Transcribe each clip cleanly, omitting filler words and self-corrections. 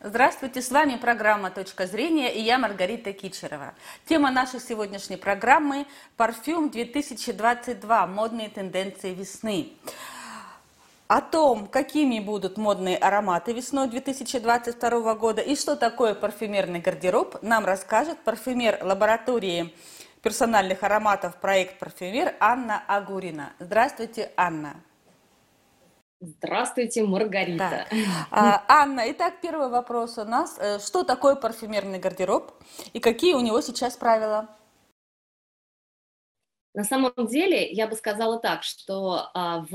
Здравствуйте, с вами программа «Точка зрения» и я Маргарита Кичерова. Тема нашей сегодняшней программы – парфюм 2022. Модные тенденции весны. О том, какими будут модные ароматы весной 2022 года и что такое парфюмерный гардероб, нам расскажет парфюмер лаборатории персональных ароматов «Проект Парфюмер» Анна Агурина. Здравствуйте, Анна. Здравствуйте, Маргарита. Так. Анна, итак, первый вопрос у нас. Что такое парфюмерный гардероб и какие у него сейчас правила? На самом деле, я бы сказала так, что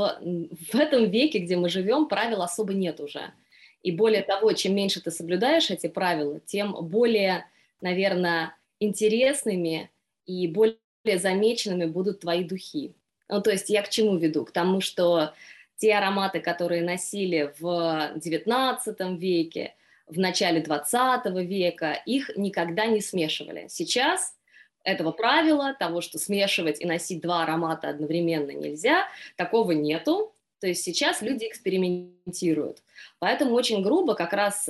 в этом веке, где мы живем, правил особо нет уже. И более того, чем меньше ты соблюдаешь эти правила, тем более, наверное, интересными и более замеченными будут твои духи. Ну, то есть я к чему веду? К тому, что те ароматы, которые носили в XIX веке, в начале XX века, их никогда не смешивали. Сейчас этого правила, того, что смешивать и носить два аромата одновременно нельзя, такого нету. То есть сейчас люди экспериментируют. Поэтому очень грубо как раз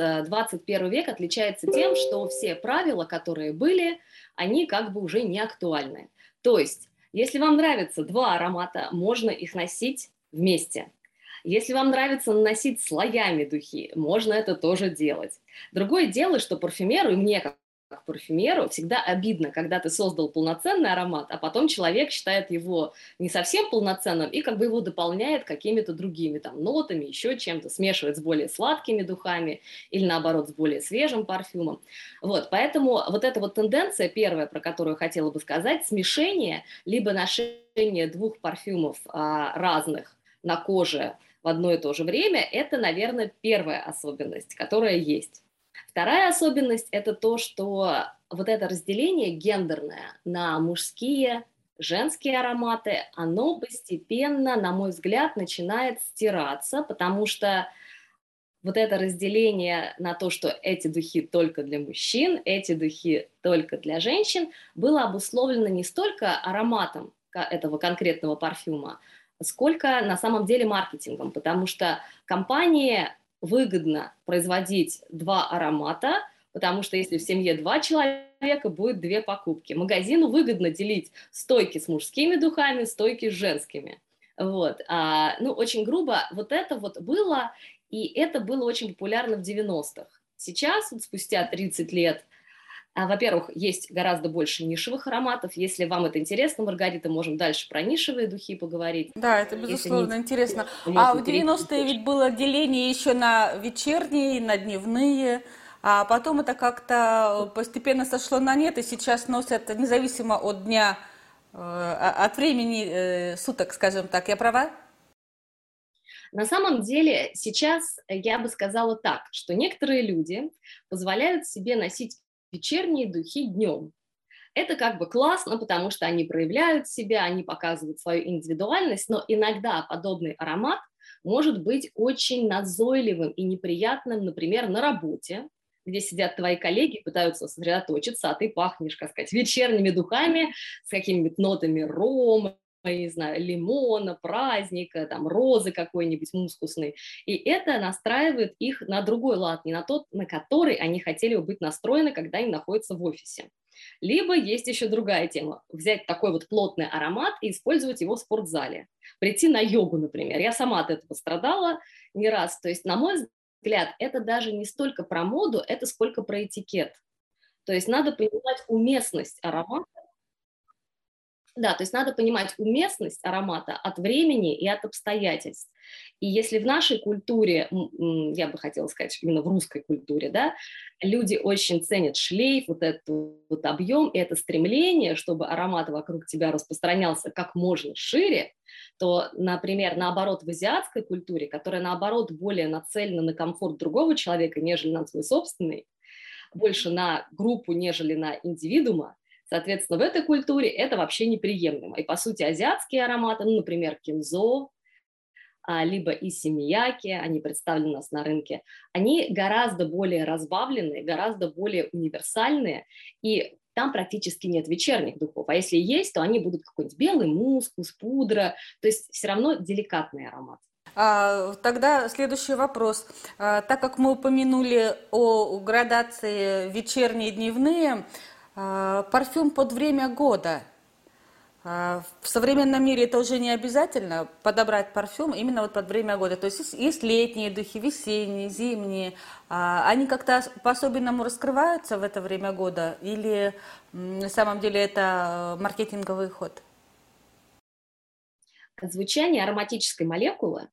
21 век отличается тем, что все правила, которые были, они как бы уже не актуальны. То есть, если вам нравятся два аромата, можно их носить вместе. Если вам нравится наносить слоями духи, можно это тоже делать. Другое дело, что парфюмеру, и мне как парфюмеру, всегда обидно, когда ты создал полноценный аромат, а потом человек считает его не совсем полноценным и как бы его дополняет какими-то другими там нотами, еще чем-то, смешивает с более сладкими духами или наоборот с более свежим парфюмом. Вот, поэтому вот эта вот тенденция, первая, про которую хотела бы сказать, смешение, либо ношение двух парфюмов разных на коже в одно и то же время, это, наверное, первая особенность, которая есть. Вторая особенность – это то, что вот это разделение гендерное на мужские, женские ароматы, оно постепенно, на мой взгляд, начинает стираться, потому что вот это разделение на то, что эти духи только для мужчин, эти духи только для женщин, было обусловлено не столько ароматом этого конкретного парфюма, сколько на самом деле маркетингом, потому что компании выгодно производить два аромата, потому что если в семье два человека, будет две покупки. Магазину выгодно делить стойки с мужскими духами, стойки с женскими. Вот. Ну, очень грубо, вот это вот было, и это было очень популярно в 90-х. Сейчас, вот спустя 30 лет, во-первых, есть гораздо больше нишевых ароматов. Если вам это интересно, Маргарита, можем дальше про нишевые духи поговорить. Да, это Если не безусловно интересно. интересно, то А можно в перейти 90-е позже. ведь было деление еще на вечерние, на дневные, а потом это как-то постепенно сошло на нет, и сейчас носят независимо от дня, от времени суток, скажем так. Я права? На самом деле сейчас я бы сказала так, что некоторые люди позволяют себе носить вечерние духи днем. Это как бы классно, потому что они проявляют себя, они показывают свою индивидуальность, но иногда подобный аромат может быть очень назойливым и неприятным, например, на работе, где сидят твои коллеги, пытаются сосредоточиться, а ты пахнешь, как сказать, вечерними духами с какими-нибудь нотами рома, я не знаю, лимона, праздника, там, розы какой-нибудь мускусной. И это настраивает их на другой лад, не на тот, на который они хотели бы быть настроены, когда они находятся в офисе. Либо есть еще другая тема. Взять такой вот плотный аромат и использовать его в спортзале. Прийти на йогу, например. Я сама от этого страдала не раз. То есть, на мой взгляд, это даже не столько про моду, это сколько про этикет. То есть надо понимать уместность аромата. Да, то есть надо понимать уместность аромата от времени и от обстоятельств. И если в нашей культуре, я бы хотела сказать, именно в русской культуре, да, люди очень ценят шлейф, вот этот вот объем и это стремление, чтобы аромат вокруг тебя распространялся как можно шире, то, например, наоборот, в азиатской культуре, которая, наоборот, более нацелена на комфорт другого человека, нежели на свой собственный, больше на группу, нежели на индивидуума, соответственно, в этой культуре это вообще неприемлемо. И, по сути, азиатские ароматы, ну, например, кинзо, либо исимияки, они представлены у нас на рынке, они гораздо более разбавленные, гораздо более универсальные, и там практически нет вечерних духов. А если есть, то они будут какой-нибудь белый мускус, пудра, то есть все равно деликатный аромат. Тогда следующий вопрос. Так как мы упомянули о градации вечерние и дневные, парфюм под время года. В современном мире это уже не обязательно подобрать парфюм именно вот под время года. То есть есть летние духи, весенние, зимние. Они как-то по-особенному раскрываются в это время года или на самом деле это маркетинговый ход? Звучание ароматической молекулы,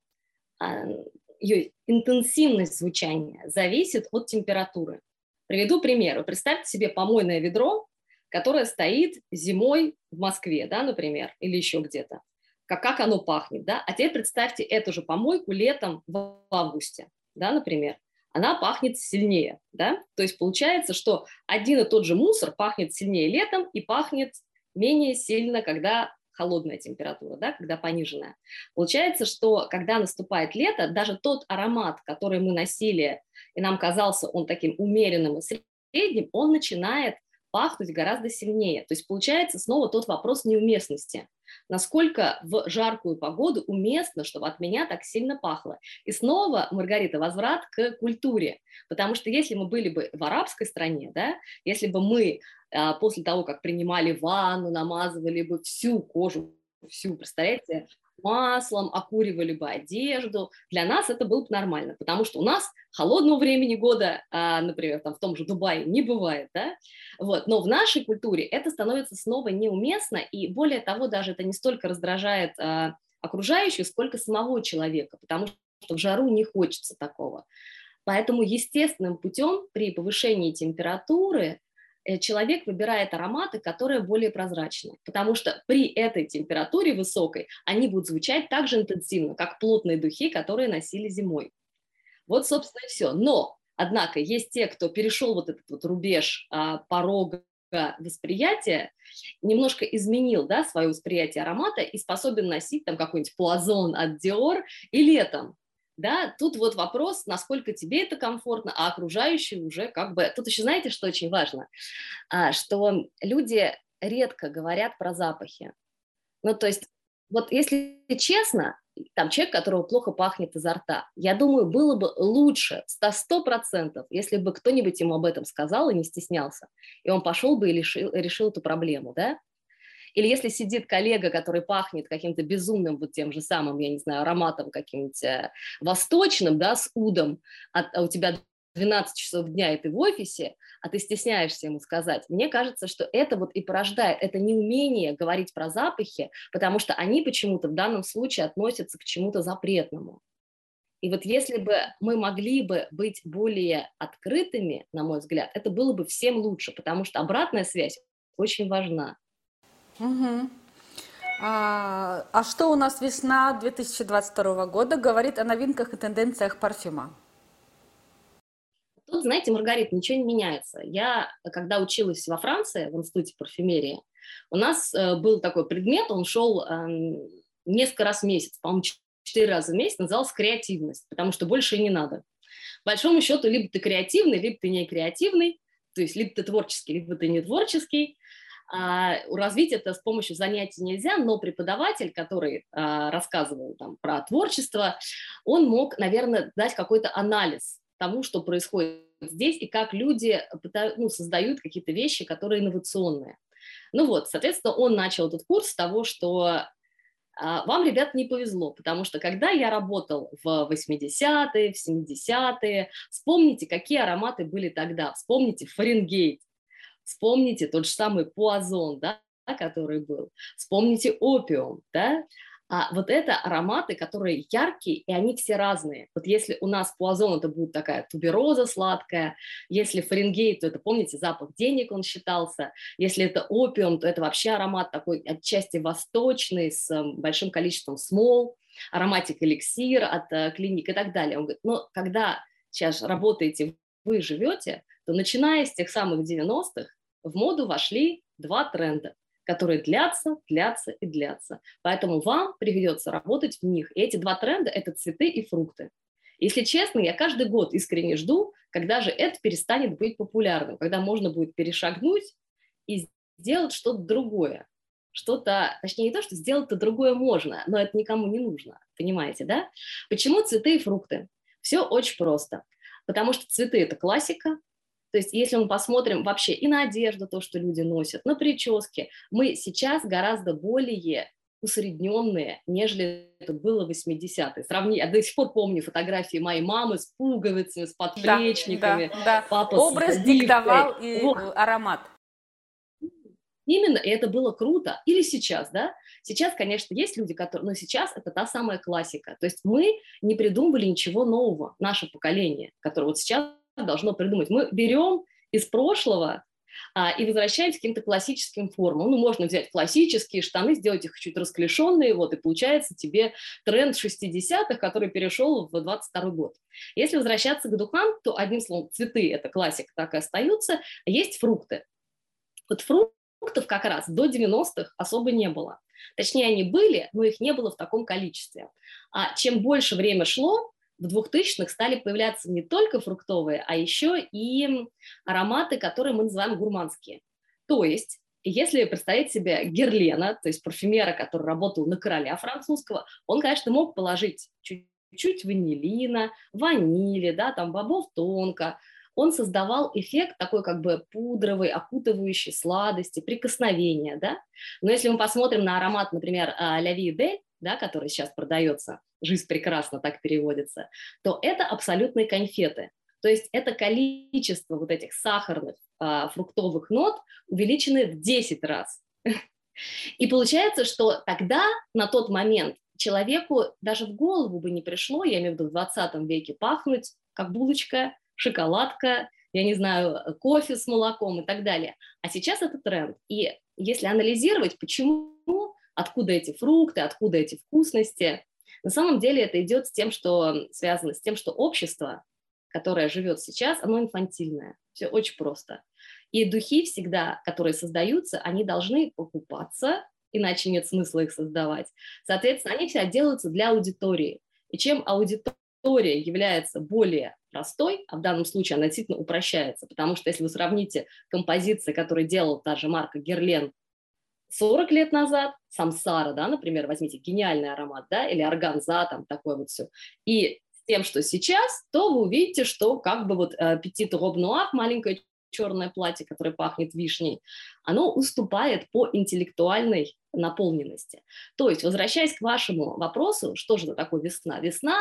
ее интенсивность звучания зависит от температуры. Приведу пример. Представьте себе помойное ведро, которое стоит зимой в Москве, да, например, или еще где-то. Как оно пахнет, да? А теперь представьте эту же помойку летом в августе, да, например. Она пахнет сильнее, да? То есть получается, что один и тот же мусор пахнет сильнее летом и пахнет менее сильно, когда холодная температура, да, когда пониженная. Получается, что когда наступает лето, даже тот аромат, который мы носили, и нам казался он таким умеренным и средним, он начинает пахнуть гораздо сильнее. То есть получается снова тот вопрос неуместности. Насколько в жаркую погоду уместно, чтобы от меня так сильно пахло. И снова, Маргарита, возврат к культуре. Потому что если мы были бы в арабской стране, да, если бы мы после того, как принимали ванну, намазывали бы всю кожу, всю, представляете, маслом, окуривали бы одежду, для нас это было бы нормально, потому что у нас холодного времени года, например, там в том же Дубае не бывает, да, вот, но в нашей культуре это становится снова неуместно, и более того, даже это не столько раздражает окружающих, сколько самого человека, потому что в жару не хочется такого. Поэтому естественным путем при повышении температуры человек выбирает ароматы, которые более прозрачные, потому что при этой температуре высокой они будут звучать так же интенсивно, как плотные духи, которые носили зимой. Вот, собственно, и все. Но, однако, есть те, кто перешел вот этот вот рубеж порога восприятия, немножко изменил, да, свое восприятие аромата и способен носить там какой-нибудь плазон от Dior и летом. Да, тут вот вопрос, насколько тебе это комфортно, а окружающие уже как бы... Тут еще знаете, что очень важно? Что люди редко говорят про запахи. Ну, то есть, вот если честно, там человек, которого плохо пахнет изо рта, я думаю, было бы лучше 100%, если бы кто-нибудь ему об этом сказал и не стеснялся, и он пошел бы и решил эту проблему, да? Или если сидит коллега, который пахнет каким-то безумным вот тем же самым, я не знаю, ароматом каким-нибудь восточным, да, с удом, а у тебя 12 часов дня, и ты в офисе, а ты стесняешься ему сказать. Мне кажется, что это вот и порождает, это неумение говорить про запахи, потому что они почему-то в данном случае относятся к чему-то запретному. И вот если бы мы могли бы быть более открытыми, на мой взгляд, это было бы всем лучше, потому что обратная связь очень важна. Угу. Что у нас весна 2022 года говорит о новинках и тенденциях парфюма? Тут, знаете, Маргарита, ничего не меняется. Я, когда училась во Франции, в институте парфюмерии, у нас был такой предмет, он шел несколько раз в месяц, по-моему, 4 раза в месяц, назывался креативность, потому что больше и не надо. По большому счету, либо ты креативный, либо ты не креативный, то есть либо ты творческий, либо ты не творческий. Развить это с помощью занятий нельзя, но преподаватель, который рассказывал там про творчество, он мог, наверное, дать какой-то анализ тому, что происходит здесь и как люди создают какие-то вещи, которые инновационные. Ну вот, соответственно, он начал этот курс с того, что вам, ребят, не повезло, потому что когда я работал в 80-е, в 70-е, вспомните, какие ароматы были тогда, вспомните Фаренгейт, вспомните тот же самый Пуазон, да, который был, вспомните Опиум, да, вот это ароматы, которые яркие, и они все разные. Вот если у нас Пуазон, это будет такая тубероза сладкая, если Фаренгейт, то это, помните, запах денег он считался, если это Опиум, то это вообще аромат такой отчасти восточный, с большим количеством смол, ароматик эликсир от клиник и так далее. Он говорит, но когда сейчас работаете, вы живете, то начиная с тех самых 90-х в моду вошли 2 тренда, которые длятся, длятся и длятся. Поэтому вам придется работать в них. И эти 2 тренда – это цветы и фрукты. Если честно, я каждый год искренне жду, когда же это перестанет быть популярным, когда можно будет перешагнуть и сделать что-то другое. что-то, точнее не то, что сделать-то другое можно, но это никому не нужно, понимаете, да? Почему цветы и фрукты? Все очень просто, потому что цветы – это классика. То есть если мы посмотрим вообще и на одежду, то, что люди носят, на прически, мы сейчас гораздо более усредненные, нежели это было в 80-е. Я до сих пор помню фотографии моей мамы с пуговицами, с Да, да, подплечниками, да. папа с Образ завивкой. диктовал и Вот. аромат. Именно, и это было круто. Или сейчас, да? Сейчас, конечно, есть люди, которые... Но сейчас это та самая классика. То есть мы не придумывали ничего нового, наше поколение, которое вот сейчас должно придумать. Мы берем из прошлого и возвращаемся к каким-то классическим формам. Ну, можно взять классические штаны, сделать их чуть расклешенные, вот, и получается тебе тренд 60-х, который перешел в 22 год. Если возвращаться к духам, то, одним словом, цветы – это классика, так и остаются. Есть фрукты. Вот фруктов как раз до 90-х особо не было. Точнее, они были, но их не было в таком количестве. А чем больше время шло, в 2000-х стали появляться не только фруктовые, а еще и ароматы, которые мы называем гурманские. То есть, если представить себе Герлена, то есть парфюмера, который работал на короля французского, он, конечно, мог положить чуть-чуть ванилина, ванили, да, там бобов тонко. Он создавал эффект такой как бы пудровый, окутывающий сладости, прикосновения, да. Но если мы посмотрим на аромат, например, «La Vie est belle», да, который сейчас продается, «Жизнь прекрасна», так переводится, то это абсолютные конфеты. То есть это количество вот этих сахарных фруктовых нот увеличено в 10 раз. И получается, что тогда, на тот момент, человеку даже в голову бы не пришло, я имею в виду в 20 веке, пахнуть как булочка, шоколадка, я не знаю, кофе с молоком и так далее. А сейчас это тренд. И если анализировать, почему, откуда эти фрукты, откуда эти вкусности, на самом деле это идет с тем, что связано с тем, что общество, которое живет сейчас, оно инфантильное. Все очень просто. И духи всегда, которые создаются, они должны покупаться, иначе нет смысла их создавать. Соответственно, они всегда делаются для аудитории. И чем аудитория является более простой, а в данном случае она действительно упрощается, потому что если вы сравните композиции, которые делала та же марка Герлен 40 лет назад, Самсара, да, например, возьмите гениальный аромат, да, или Органза, там такое вот все, и с тем, что сейчас, то вы увидите, что как бы вот Petit Robe Noir, маленькое черное платье, которое пахнет вишней, оно уступает по интеллектуальной наполненности. То есть, возвращаясь к вашему вопросу, что же это такое весна? Весна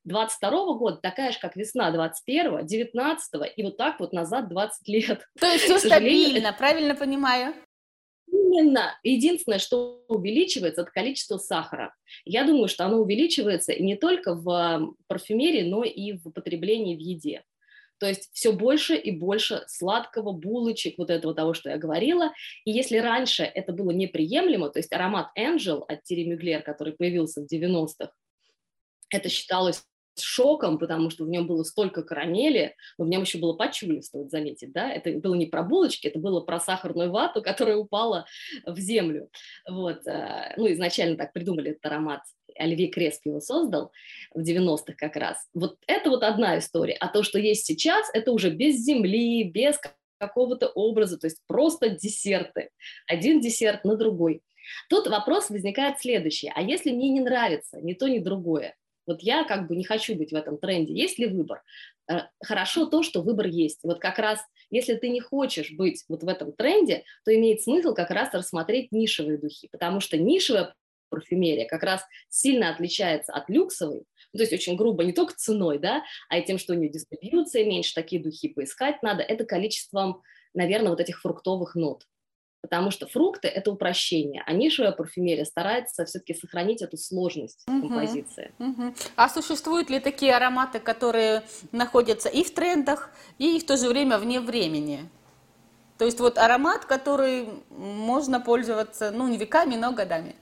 22 года такая же, как весна 21-го, 19-го, и вот так вот назад 20 лет. То есть все стабильно, правильно понимаю? Именно. Единственное, что увеличивается, это количество сахара. Я думаю, что оно увеличивается и не только в парфюмерии, но и в употреблении в еде. То есть все больше и больше сладкого, булочек, вот этого того, что я говорила. И если раньше это было неприемлемо, то есть аромат Angel от Thierry Mugler, который появился в 90-х, это считалось шоком, потому что в нем было столько карамели, но в нем еще было пачули, стоит заметить, да, это было не про булочки, это было про сахарную вату, которая упала в землю, вот, ну, изначально так придумали этот аромат, Оливье Кресп его создал в 90-х как раз, вот это вот одна история, а то, что есть сейчас, это уже без земли, без какого-то образа, то есть просто десерты, один десерт на другой. Тут вопрос возникает следующий, а если мне не нравится ни то, ни другое, вот я как бы не хочу быть в этом тренде. Есть ли выбор? Хорошо то, что выбор есть. Вот как раз, если ты не хочешь быть вот в этом тренде, то имеет смысл как раз рассмотреть нишевые духи, потому что нишевая парфюмерия как раз сильно отличается от люксовой, ну, то есть очень грубо, не только ценой, да, а и тем, что у нее дистрибьюция меньше, такие духи поискать надо, это количеством, наверное, вот этих фруктовых нот. Потому что фрукты – это упрощение, а нишевая парфюмерия старается все-таки сохранить эту сложность композиции. А существуют ли такие ароматы, которые находятся и в трендах, и в то же время вне времени? То есть вот аромат, который можно пользоваться, ну, не веками, но годами.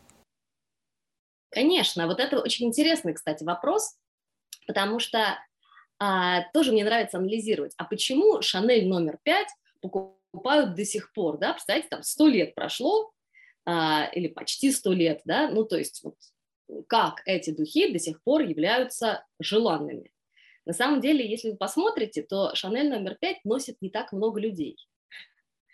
Конечно, вот это очень интересный, кстати, вопрос, потому что тоже мне нравится анализировать, а почему Шанель номер 5 покупают до сих пор, да, представляете, там 100 лет прошло, или почти 100 лет, да, ну, то есть вот, как эти духи до сих пор являются желанными. На самом деле, если вы посмотрите, то Шанель номер 5 носит не так много людей.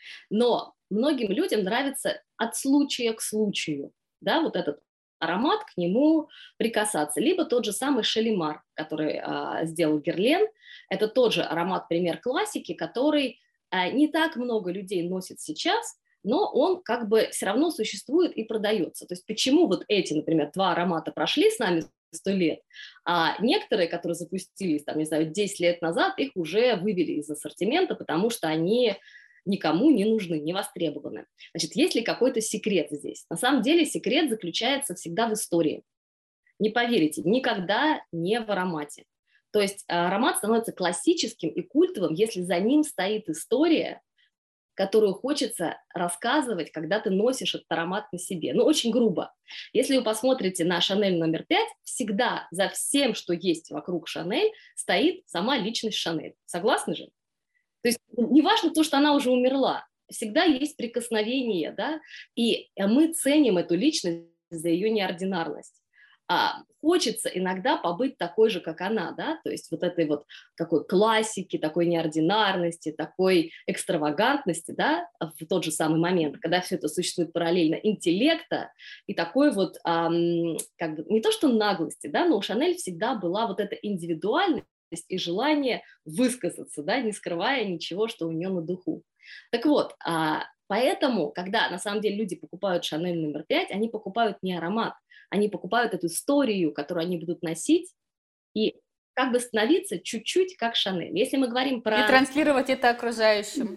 Но многим людям нравится от случая к случаю, да, вот этот аромат, к нему прикасаться. Либо тот же самый Шалимар, который сделал Герлен, это тот же аромат, пример классики, который не так много людей носит сейчас, но он как бы все равно существует и продается. То есть почему вот эти, например, два аромата прошли с нами 100 лет, а некоторые, которые запустились, там, не знаю, 10 лет назад, их уже вывели из ассортимента, потому что они никому не нужны, не востребованы. Значит, есть ли какой-то секрет здесь? На самом деле секрет заключается всегда в истории. Не поверите, никогда не в аромате. То есть аромат становится классическим и культовым, если за ним стоит история, которую хочется рассказывать, когда ты носишь этот аромат на себе. Ну, очень грубо. Если вы посмотрите на Шанель номер 5, всегда за всем, что есть вокруг Шанель, стоит сама личность Шанель. Согласны же? То есть неважно то, что она уже умерла, всегда есть прикосновение, да, и мы ценим эту личность за ее неординарность. Хочется иногда побыть такой же, как она, да, то есть вот этой вот такой классики, такой неординарности, такой экстравагантности, да, в тот же самый момент, когда все это существует параллельно, интеллекта и такой вот, как бы, не то что наглости, да, но у Шанель всегда была вот эта индивидуальность и желание высказаться, да, не скрывая ничего, что у нее на духу. Так вот, поэтому, когда на самом деле люди покупают Шанель номер 5, они покупают не аромат, они покупают эту историю, которую они будут носить, и как бы становиться чуть-чуть как Шанель. Если мы говорим про... И транслировать это окружающим.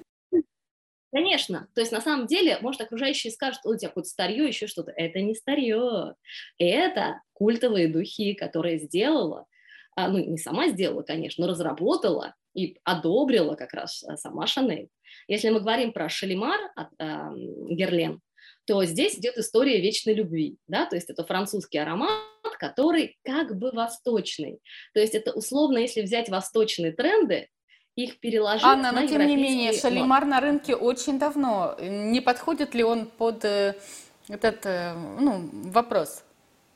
Конечно, то есть на самом деле, может, окружающие скажут, у тебя какое-то старье, еще что-то. Это не старье, это культовые духи, которые сделала, ну, не сама сделала, конечно, но разработала и одобрила как раз сама Шанель. Если мы говорим про Шалимар от Герлен, то здесь идет история вечной любви, да, то есть это французский аромат, который как бы восточный. То есть это условно, если взять восточные тренды, их переложить Анна, на но тем не менее, европейский лад. Шалимар на рынке очень давно. Не подходит ли он под этот вопрос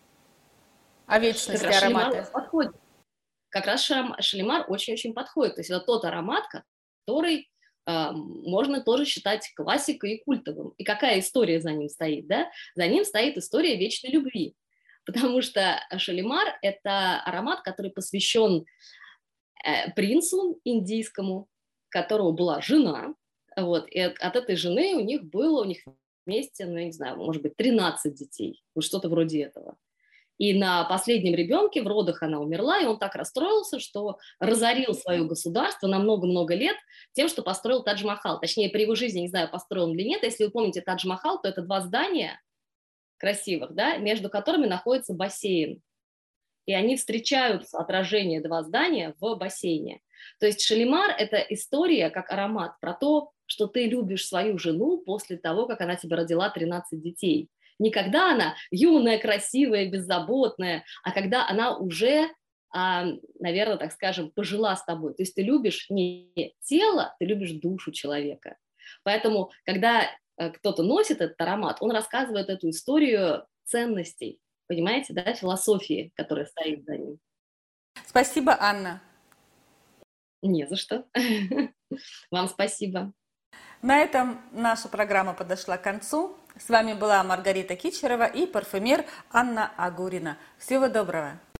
о вечности Как раз Шалимар аромата? подходит. Как раз Шалимар очень-очень подходит. То есть это тот аромат, который можно тоже считать классикой и культовым. И какая история за ним стоит? Да? За ним стоит история вечной любви. Потому что Шалимар – это аромат, который посвящен принцу индийскому, у которого была жена. Вот, и от этой жены у них вместе, ну, я не знаю, может быть, 13 детей. Вот что-то вроде этого. И на последнем ребенке в родах она умерла, и он так расстроился, что разорил свое государство на много-много лет тем, что построил Тадж-Махал. Точнее, при его жизни, не знаю, построил он или нет. Если вы помните Тадж-Махал, то это два здания красивых, да, между которыми находится бассейн. И они встречаются, отражение два здания в бассейне. То есть Шалимар – это история, как аромат, про то, что ты любишь свою жену после того, как она тебе родила 13 детей. Не когда она юная, красивая, беззаботная, а когда она уже, наверное, так скажем, пожила с тобой. То есть ты любишь не тело, ты любишь душу человека. Поэтому, когда кто-то носит этот аромат, он рассказывает эту историю ценностей, понимаете, да, философии, которая стоит за ним. Спасибо, Анна. Не за что. Вам спасибо. На этом наша программа подошла к концу. С вами была Маргарита Кичерова и парфюмер Анна Агурина. Всего доброго!